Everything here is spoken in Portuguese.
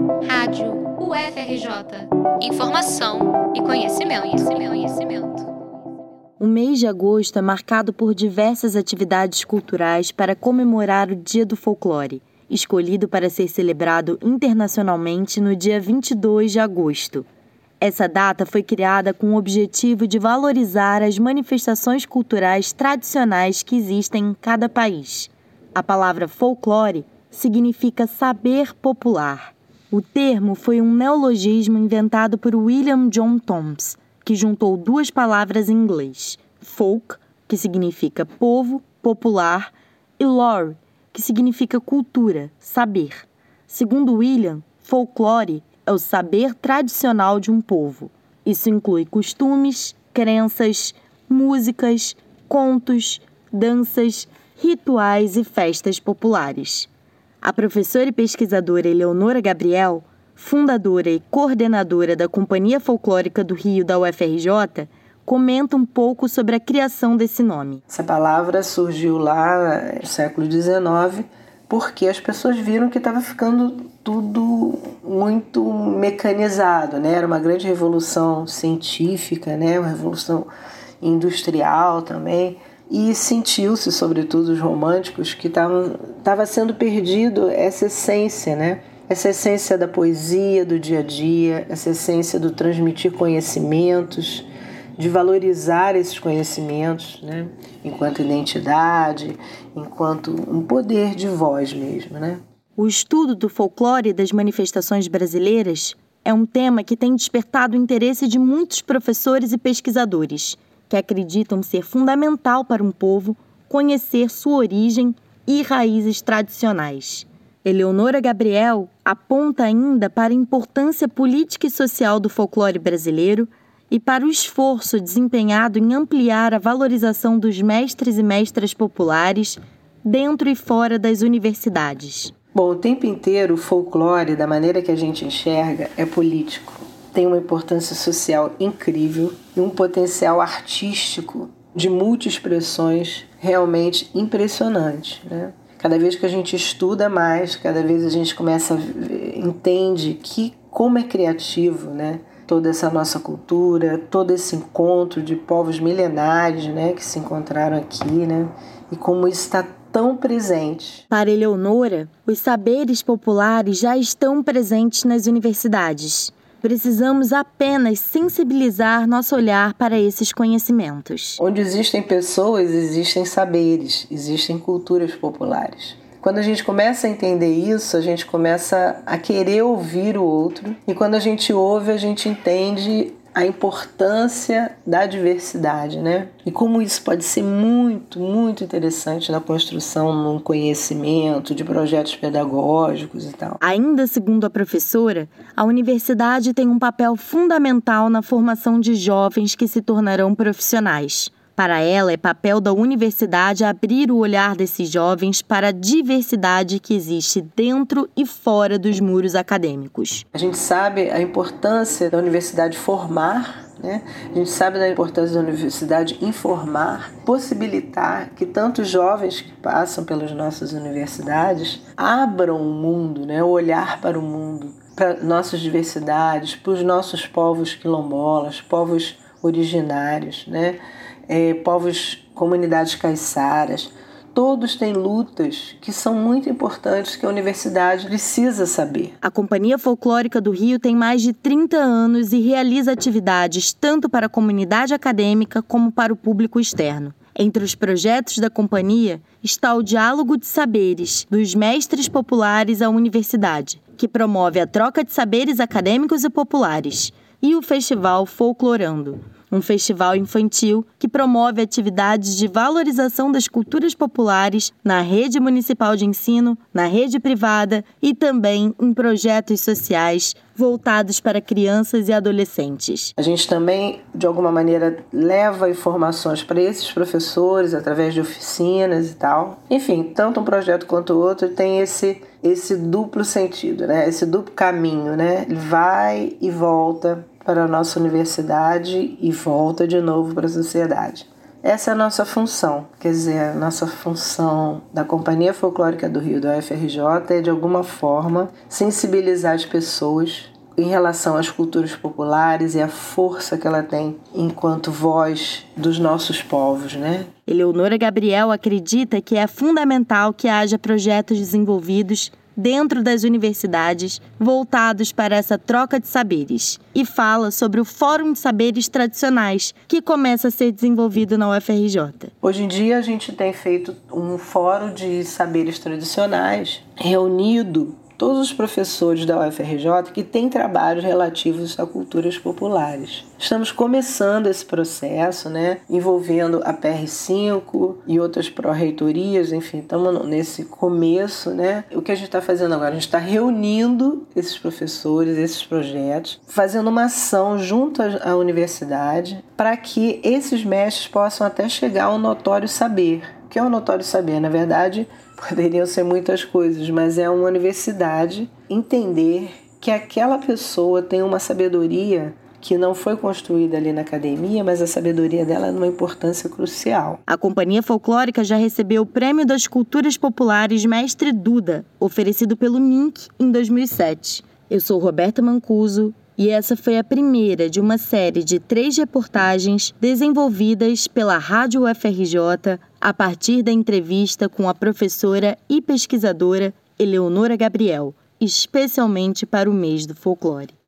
Rádio UFRJ. Informação e conhecimento. O mês de agosto é marcado por diversas atividades culturais para comemorar o Dia do Folclore, escolhido para ser celebrado internacionalmente no dia 22 de agosto. Essa data foi criada com o objetivo de valorizar as manifestações culturais tradicionais que existem em cada país. A palavra folclore significa saber popular. O termo foi um neologismo inventado por William John Thoms, que juntou duas palavras em inglês, folk, que significa povo, popular, e lore, que significa cultura, saber. Segundo William, folclore é o saber tradicional de um povo. Isso inclui costumes, crenças, músicas, contos, danças, rituais e festas populares. A professora e pesquisadora Eleonora Gabriel, fundadora e coordenadora da Companhia Folclórica do Rio da UFRJ, comenta um pouco sobre a criação desse nome. Essa palavra surgiu lá no século XIX porque as pessoas viram que estava ficando tudo muito mecanizado, né? Era uma grande revolução científica, né? Uma revolução industrial também. E sentiu-se, sobretudo os românticos, que estava sendo perdido essa essência, né? Essa essência da poesia, do dia a dia, essa essência do transmitir conhecimentos, de valorizar esses conhecimentos, né? Enquanto identidade, enquanto um poder de voz mesmo, né? O estudo do folclore e das manifestações brasileiras é um tema que tem despertado o interesse de muitos professores e pesquisadores, que acreditam ser fundamental para um povo conhecer sua origem e raízes tradicionais. Eleonora Gabriel aponta ainda para a importância política e social do folclore brasileiro e para o esforço desempenhado em ampliar a valorização dos mestres e mestras populares dentro e fora das universidades. Bom, o tempo inteiro o folclore, da maneira que a gente enxerga, é político. Tem uma importância social incrível e um potencial artístico de multiexpressões realmente impressionante, né? Cada vez que a gente estuda mais, cada vez a gente entende como é criativo, né? Toda essa nossa cultura, todo esse encontro de povos milenares, né, que se encontraram aqui, né, e como isso está tão presente. Para Eleonora, os saberes populares já estão presentes nas universidades. Precisamos apenas sensibilizar nosso olhar para esses conhecimentos. Onde existem pessoas, existem saberes, existem culturas populares. Quando a gente começa a entender isso, a gente começa a querer ouvir o outro. E quando a gente ouve, a gente entende a importância da diversidade, né? E como isso pode ser muito, muito interessante na construção de um conhecimento, de projetos pedagógicos e tal. Ainda segundo a professora, a universidade tem um papel fundamental na formação de jovens que se tornarão profissionais. Para ela, é papel da universidade abrir o olhar desses jovens para a diversidade que existe dentro e fora dos muros acadêmicos. A gente sabe a importância da universidade formar, né? A gente sabe da importância da universidade informar, possibilitar que tantos jovens que passam pelas nossas universidades abram o mundo, né? O olhar para o mundo, para nossas diversidades, para os nossos povos quilombolas, povos originários, né? Povos, comunidades caiçaras, todos têm lutas que são muito importantes que a universidade precisa saber. A Companhia Folclórica do Rio tem mais de 30 anos e realiza atividades tanto para a comunidade acadêmica como para o público externo. Entre os projetos da companhia está o Diálogo de Saberes, dos mestres populares à universidade, que promove a troca de saberes acadêmicos e populares, e o Festival Folclorando, um festival infantil que promove atividades de valorização das culturas populares na rede municipal de ensino, na rede privada e também em projetos sociais voltados para crianças e adolescentes. A gente também, de alguma maneira, leva informações para esses professores através de oficinas e tal. Enfim, tanto um projeto quanto o outro tem esse duplo sentido, né? Esse duplo caminho, né? Ele vai e volta para a nossa universidade e volta de novo para a sociedade. Essa é a nossa função, quer dizer, a nossa função da Companhia Folclórica do Rio, da UFRJ, é de alguma forma sensibilizar as pessoas em relação às culturas populares e a força que ela tem enquanto voz dos nossos povos, né? Eleonora Gabriel acredita que é fundamental que haja projetos desenvolvidos dentro das universidades voltados para essa troca de saberes e fala sobre o Fórum de Saberes Tradicionais, que começa a ser desenvolvido na UFRJ. Hoje em dia a gente tem feito um Fórum de Saberes Tradicionais reunido todos os professores da UFRJ que têm trabalhos relativos a culturas populares. Estamos começando esse processo, né, envolvendo a PR5 e outras pró-reitorias, enfim, estamos nesse começo, né. O que a gente está fazendo agora? A gente está reunindo esses professores, esses projetos, fazendo uma ação junto à universidade para que esses mestres possam até chegar ao notório saber. O que é o notório saber? Na verdade, poderiam ser muitas coisas, mas é uma universidade entender que aquela pessoa tem uma sabedoria que não foi construída ali na academia, mas a sabedoria dela é de uma importância crucial. A Companhia Folclórica já recebeu o Prêmio das Culturas Populares Mestre Duda, oferecido pelo NINC em 2007. Eu sou Roberta Mancuso e essa foi a primeira de uma série de 3 reportagens desenvolvidas pela Rádio UFRJ a partir da entrevista com a professora e pesquisadora Eleonora Gabriel, especialmente para o mês do folclore.